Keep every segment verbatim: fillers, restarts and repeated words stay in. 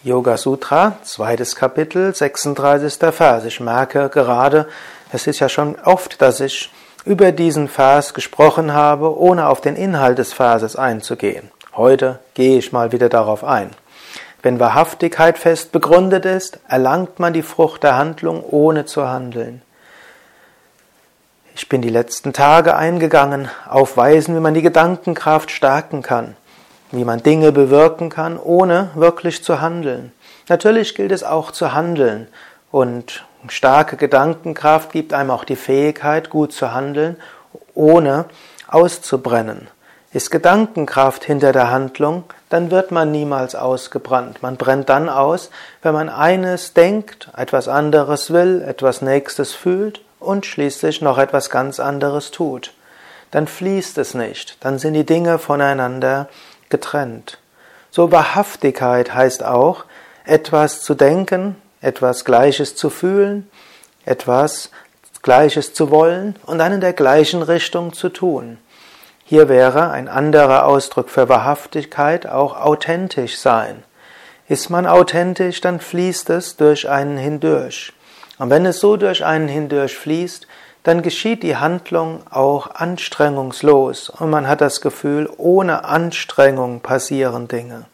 Yoga Sutra, zweites Kapitel, sechsunddreißigster Vers. Ich merke gerade, es ist ja schon oft, dass ich über diesen Vers gesprochen habe, ohne auf den Inhalt des Verses einzugehen. Heute gehe ich mal wieder darauf ein. Wenn Wahrhaftigkeit fest begründet ist, erlangt man die Frucht der Handlung, ohne zu handeln. Ich bin die letzten Tage eingegangen auf Weisen, wie man die Gedankenkraft stärken kann, wie man Dinge bewirken kann, ohne wirklich zu handeln. Natürlich gilt es auch zu handeln, und starke Gedankenkraft gibt einem auch die Fähigkeit, gut zu handeln, ohne auszubrennen. Ist Gedankenkraft hinter der Handlung, dann wird man niemals ausgebrannt. Man brennt dann aus, wenn man eines denkt, etwas anderes will, etwas Nächstes fühlt und schließlich noch etwas ganz anderes tut. Dann fließt es nicht, dann sind die Dinge voneinander getrennt. So Wahrhaftigkeit heißt auch, etwas zu denken, etwas Gleiches zu fühlen, etwas Gleiches zu wollen und dann in der gleichen Richtung zu tun. Hier wäre ein anderer Ausdruck für Wahrhaftigkeit auch authentisch sein. Ist man authentisch, dann fließt es durch einen hindurch. Und wenn es so durch einen hindurch fließt, dann geschieht die Handlung auch anstrengungslos und man hat das Gefühl, ohne Anstrengung passieren Dinge.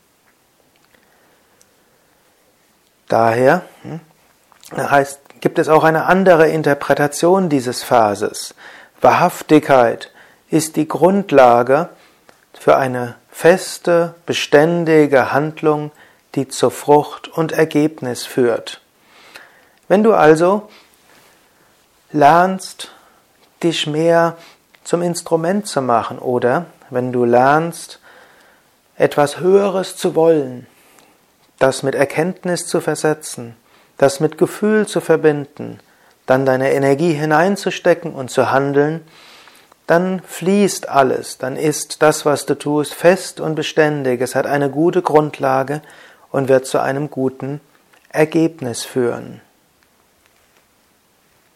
Daher heißt, gibt es auch eine andere Interpretation dieses Verses. Wahrhaftigkeit ist die Grundlage für eine feste, beständige Handlung, die zur Frucht und Ergebnis führt. Wenn du also lernst, dich mehr zum Instrument zu machen, oder wenn du lernst, etwas Höheres zu wollen, das mit Erkenntnis zu versetzen, das mit Gefühl zu verbinden, dann deine Energie hineinzustecken und zu handeln, dann fließt alles, dann ist das, was du tust, fest und beständig, es hat eine gute Grundlage und wird zu einem guten Ergebnis führen.